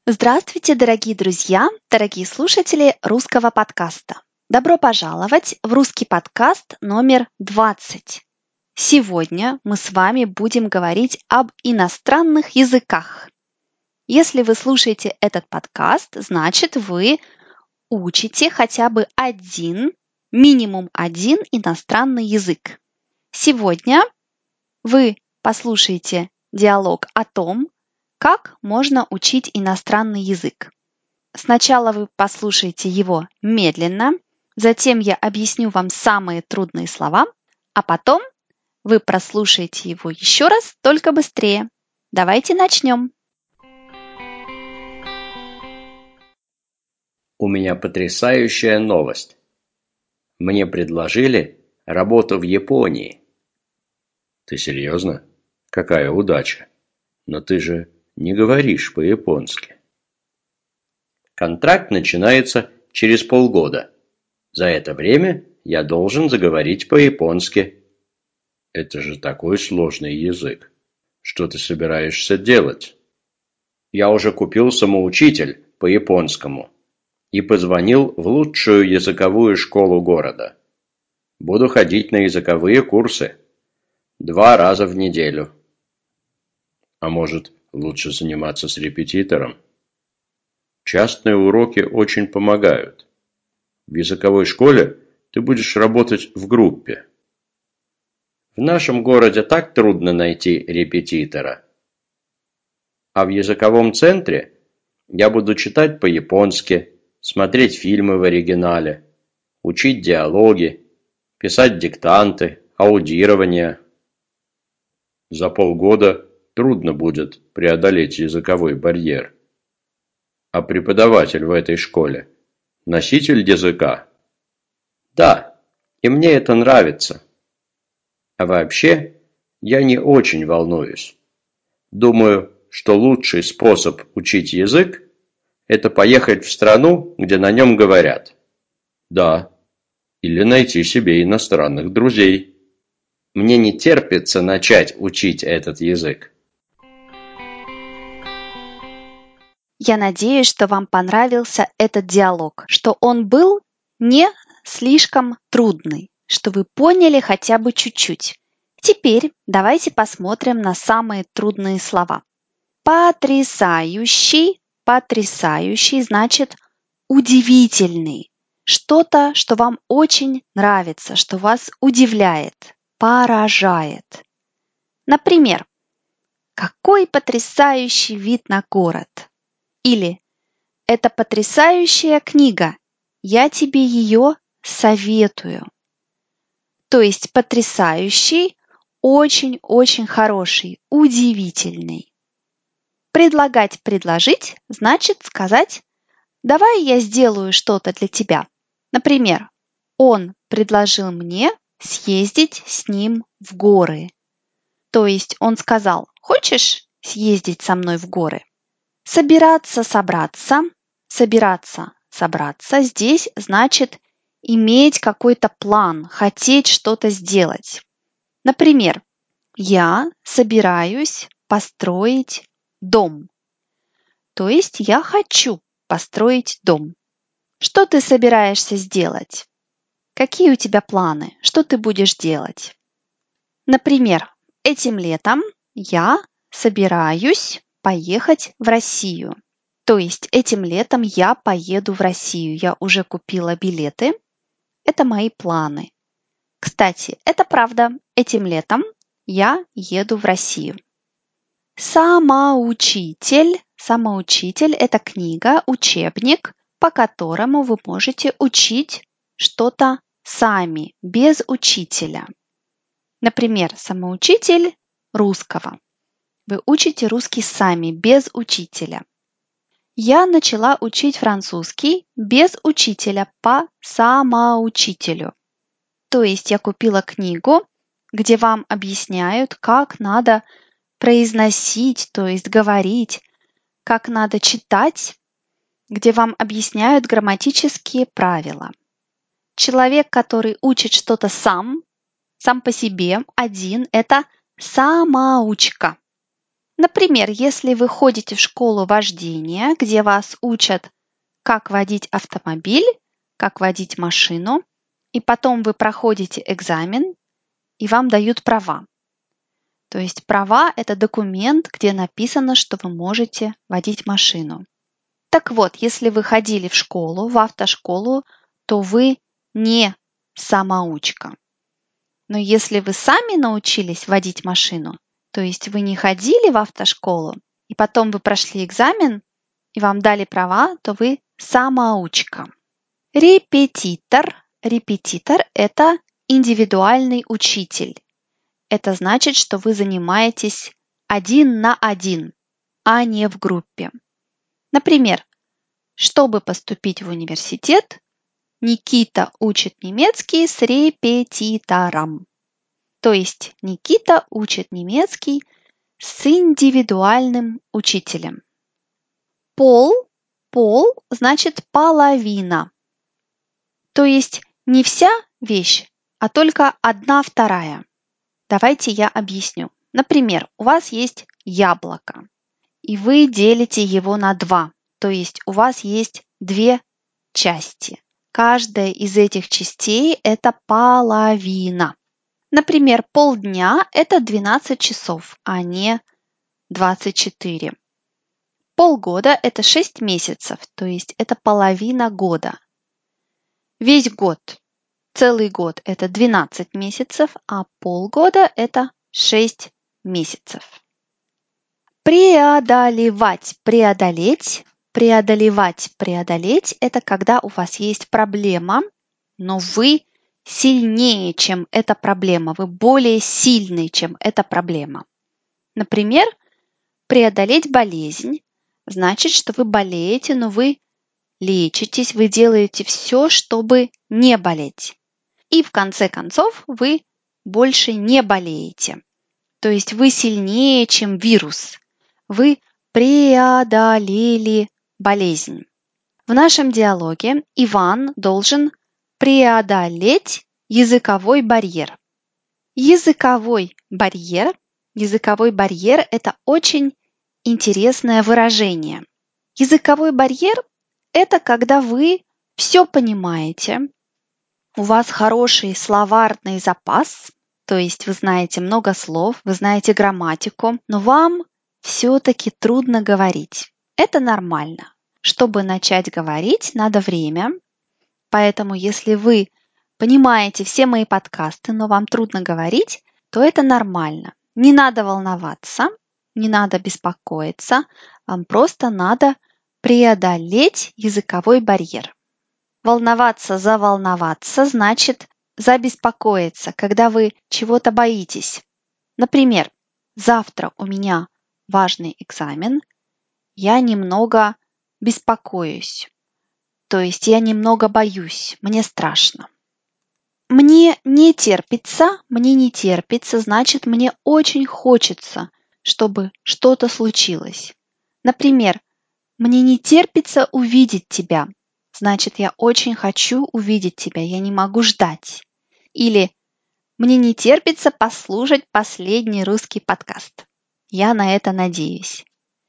Здравствуйте, дорогие друзья, дорогие слушатели русского подкаста. Добро пожаловать в русский подкаст номер 20. Сегодня мы с вами будем говорить об иностранных языках. Если вы слушаете этот подкаст, значит вы учите хотя бы минимум один иностранный язык. Сегодня вы послушаете диалог о том, как можно учить иностранный язык. Сначала вы послушаете его медленно, затем я объясню вам самые трудные слова, а потом вы прослушаете его еще раз, только быстрее. Давайте начнем. У меня потрясающая новость. Мне предложили работу в Японии. Ты серьезно? Какая удача. Но ты же не говоришь по-японски. Контракт начинается через полгода. За это время я должен заговорить по-японски. Это же такой сложный язык. Что ты собираешься делать? Я уже купил самоучитель по японскому и позвонил в лучшую языковую школу города. Буду ходить на языковые курсы 2 раза в неделю. А может, лучше заниматься с репетитором? Частные уроки очень помогают. В языковой школе ты будешь работать в группе. В нашем городе так трудно найти репетитора. А в языковом центре я буду читать по-японски, смотреть фильмы в оригинале, учить диалоги, писать диктанты, аудирование. За полгода трудно будет преодолеть языковой барьер. А преподаватель в этой школе – носитель языка? Да, и мне это нравится. А вообще, я не очень волнуюсь. Думаю, что лучший способ учить язык – это поехать в страну, где на нем говорят. Да, или найти себе иностранных друзей. Мне не терпится начать учить этот язык. Я надеюсь, что вам понравился этот диалог, что он был не слишком трудный, что вы поняли хотя бы чуть-чуть. Теперь давайте посмотрим на самые трудные слова. Потрясающий, потрясающий значит удивительный. Что-то, что вам очень нравится, что вас удивляет, поражает. Например, какой потрясающий вид на город. Или это потрясающая книга, я тебе ее советую. То есть потрясающий, очень-очень хороший, удивительный. Предлагать предложить значит сказать «давай я сделаю что-то для тебя». Например, он предложил мне съездить с ним в горы. То есть он сказал «хочешь съездить со мной в горы?» Собираться, собраться, собираться, собраться здесь значит иметь какой-то план, хотеть что-то сделать. Например, я собираюсь построить дом. То есть я хочу построить дом. Что ты собираешься сделать? Какие у тебя планы? Что ты будешь делать? Например, этим летом я собираюсь поехать в Россию. То есть этим летом я поеду в Россию. Я уже купила билеты. Это мои планы. Кстати, это правда. Этим летом я еду в Россию. Самоучитель. Самоучитель – это книга, учебник, по которому вы можете учить что-то сами, без учителя. Например, самоучитель русского. Вы учите русский сами, без учителя. Я начала учить французский без учителя по самоучителю. То есть я купила книгу, где вам объясняют, как надо произносить, то есть говорить, как надо читать, где вам объясняют грамматические правила. Человек, который учит что-то сам по себе, один, это самоучка. Например, если вы ходите в школу вождения, где вас учат, как водить автомобиль, как водить машину, и потом вы проходите экзамен, и вам дают права. То есть права – это документ, где написано, что вы можете водить машину. Так вот, если вы ходили в школу, в автошколу, то вы не самоучка. Но если вы сами научились водить машину, то есть вы не ходили в автошколу, и потом вы прошли экзамен, и вам дали права, то вы самоучка. Репетитор. Репетитор – это индивидуальный учитель. Это значит, что вы занимаетесь один на один, а не в группе. Например, чтобы поступить в университет, Никита учит немецкий с репетитором. То есть Никита учит немецкий с индивидуальным учителем. Пол. Пол значит половина. То есть не вся вещь, а только 1/2. Давайте я объясню. Например, у вас есть яблоко, и вы делите его на 2. То есть у вас есть 2 части. Каждая из этих частей – это половина. Например, полдня – это 12 часов, а не 24. Полгода – это 6 месяцев, то есть это половина года. Весь год, целый год – это 12 месяцев, а полгода – это 6 месяцев. Преодолевать, преодолеть, преодолевать, преодолеть – это когда у вас есть проблема, но вы сильнее, чем эта проблема, вы более сильный, чем эта проблема. Например, преодолеть болезнь значит, что вы болеете, но вы лечитесь, вы делаете все, чтобы не болеть. И в конце концов вы больше не болеете. То есть вы сильнее, чем вирус. Вы преодолели болезнь. В нашем диалоге Иван должен преодолеть языковой барьер. Языковой барьер – это очень интересное выражение. Языковой барьер – это когда вы все понимаете, у вас хороший словарный запас, то есть вы знаете много слов, вы знаете грамматику, но вам все-таки трудно говорить. Это нормально. Чтобы начать говорить, надо время. Поэтому если вы понимаете все мои подкасты, но вам трудно говорить, то это нормально. Не надо волноваться, не надо беспокоиться, вам просто надо преодолеть языковой барьер. Волноваться, заволноваться значит забеспокоиться, когда вы чего-то боитесь. Например, завтра у меня важный экзамен, я немного беспокоюсь, то есть я немного боюсь, мне страшно. Мне не терпится, значит, мне очень хочется, чтобы что-то случилось. Например, мне не терпится увидеть тебя, значит, я очень хочу увидеть тебя, я не могу ждать. Или мне не терпится послушать последний русский подкаст. Я на это надеюсь.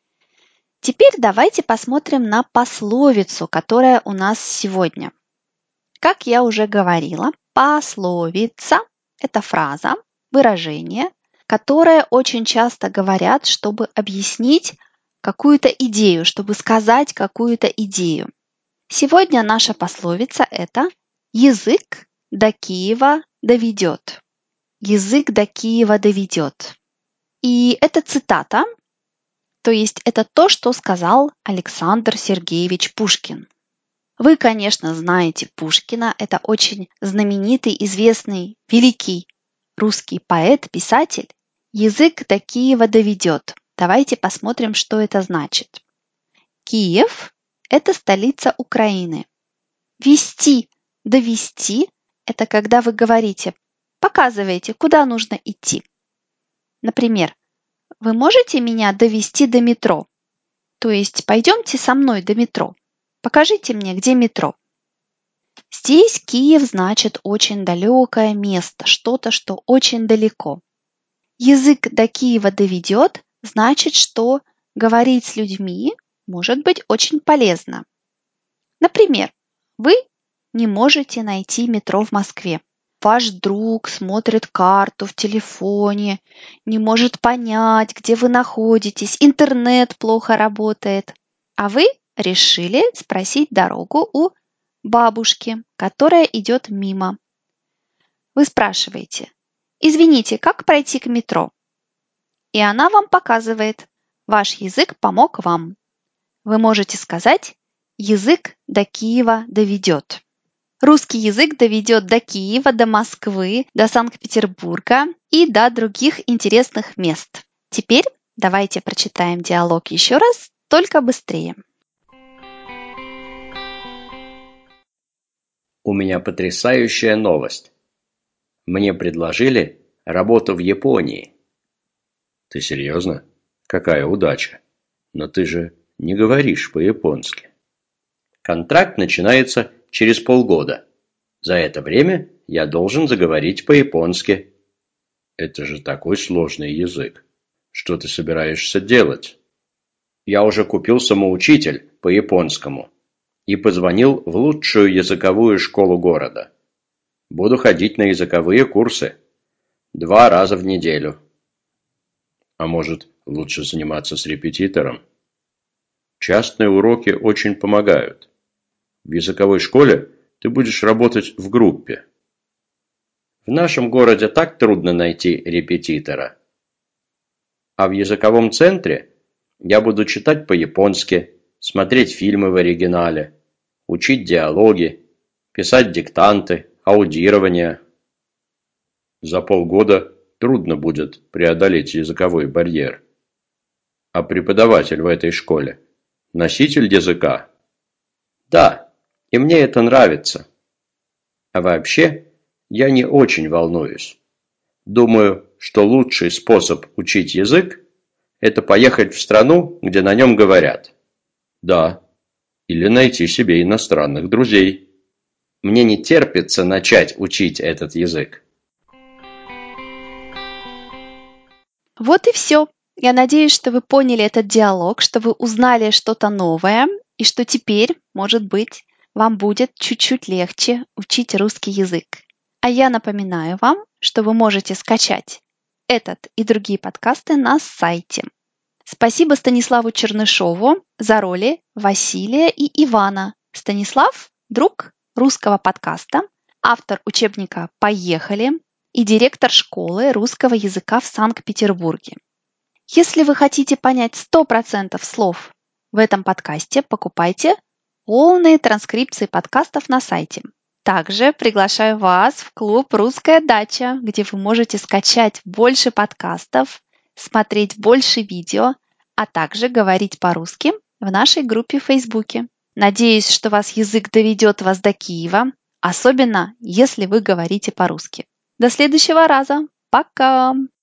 Теперь давайте посмотрим на пословицу, которая у нас сегодня. Как я уже говорила, пословица – это фраза, выражение, которое очень часто говорят, чтобы объяснить какую-то идею, чтобы сказать какую-то идею. Сегодня наша пословица – это «язык до Киева доведет». Язык до Киева доведет. И это цитата, то есть это то, что сказал Александр Сергеевич Пушкин. Вы, конечно, знаете Пушкина. Это очень знаменитый, известный, великий русский поэт, писатель. Язык до Киева доведет. Давайте посмотрим, что это значит. Киев – это столица Украины. Вести, довести – это когда вы говорите, показываете, куда нужно идти. Например, вы можете меня довести до метро? То есть пойдемте со мной до метро. Покажите мне, где метро. Здесь Киев значит очень далекое место, что-то, что очень далеко. Язык до Киева доведет значит, что говорить с людьми может быть очень полезно. Например, вы не можете найти метро в Москве. Ваш друг смотрит карту в телефоне, не может понять, где вы находитесь, интернет плохо работает. А вы решили спросить дорогу у бабушки, которая идет мимо. Вы спрашиваете: «Извините, как пройти к метро?» И она вам показывает. Ваш язык помог вам. Вы можете сказать: «Язык до Киева доведет». Русский язык доведет до Киева, до Москвы, до Санкт-Петербурга и до других интересных мест. Теперь давайте прочитаем диалог еще раз, только быстрее. У меня потрясающая новость. Мне предложили работу в Японии. Ты серьезно? Какая удача. Но ты же не говоришь по-японски. Контракт начинается через полгода. За это время я должен заговорить по-японски. Это же такой сложный язык. Что ты собираешься делать? Я уже купил самоучитель по японскому и позвонил в лучшую языковую школу города. Буду ходить на языковые курсы 2 раза в неделю. А может, лучше заниматься с репетитором? Частные уроки очень помогают. В языковой школе ты будешь работать в группе. В нашем городе так трудно найти репетитора. А в языковом центре я буду читать по-японски, смотреть фильмы в оригинале, учить диалоги, писать диктанты, аудирование. За полгода трудно будет преодолеть языковой барьер. А преподаватель в этой школе – носитель языка? Да, и мне это нравится. А вообще, я не очень волнуюсь. Думаю, что лучший способ учить язык – это поехать в страну, где на нем говорят. Да, или найти себе иностранных друзей. Мне не терпится начать учить этот язык. Вот и все. Я надеюсь, что вы поняли этот диалог, что вы узнали что-то новое, и что теперь, может быть, вам будет чуть-чуть легче учить русский язык. А я напоминаю вам, что вы можете скачать этот и другие подкасты на сайте. Спасибо Станиславу Чернышову за роли Василия и Ивана. Станислав – друг русского подкаста, автор учебника «Поехали» и директор школы русского языка в Санкт-Петербурге. Если вы хотите понять 100% слов в этом подкасте, покупайте полные транскрипции подкастов на сайте. Также приглашаю вас в клуб «Русская дача», где вы можете скачать больше подкастов, смотреть больше видео, а также говорить по-русски в нашей группе в Фейсбуке. Надеюсь, что ваш язык доведет вас до Киева, особенно если вы говорите по-русски. До следующего раза. Пока!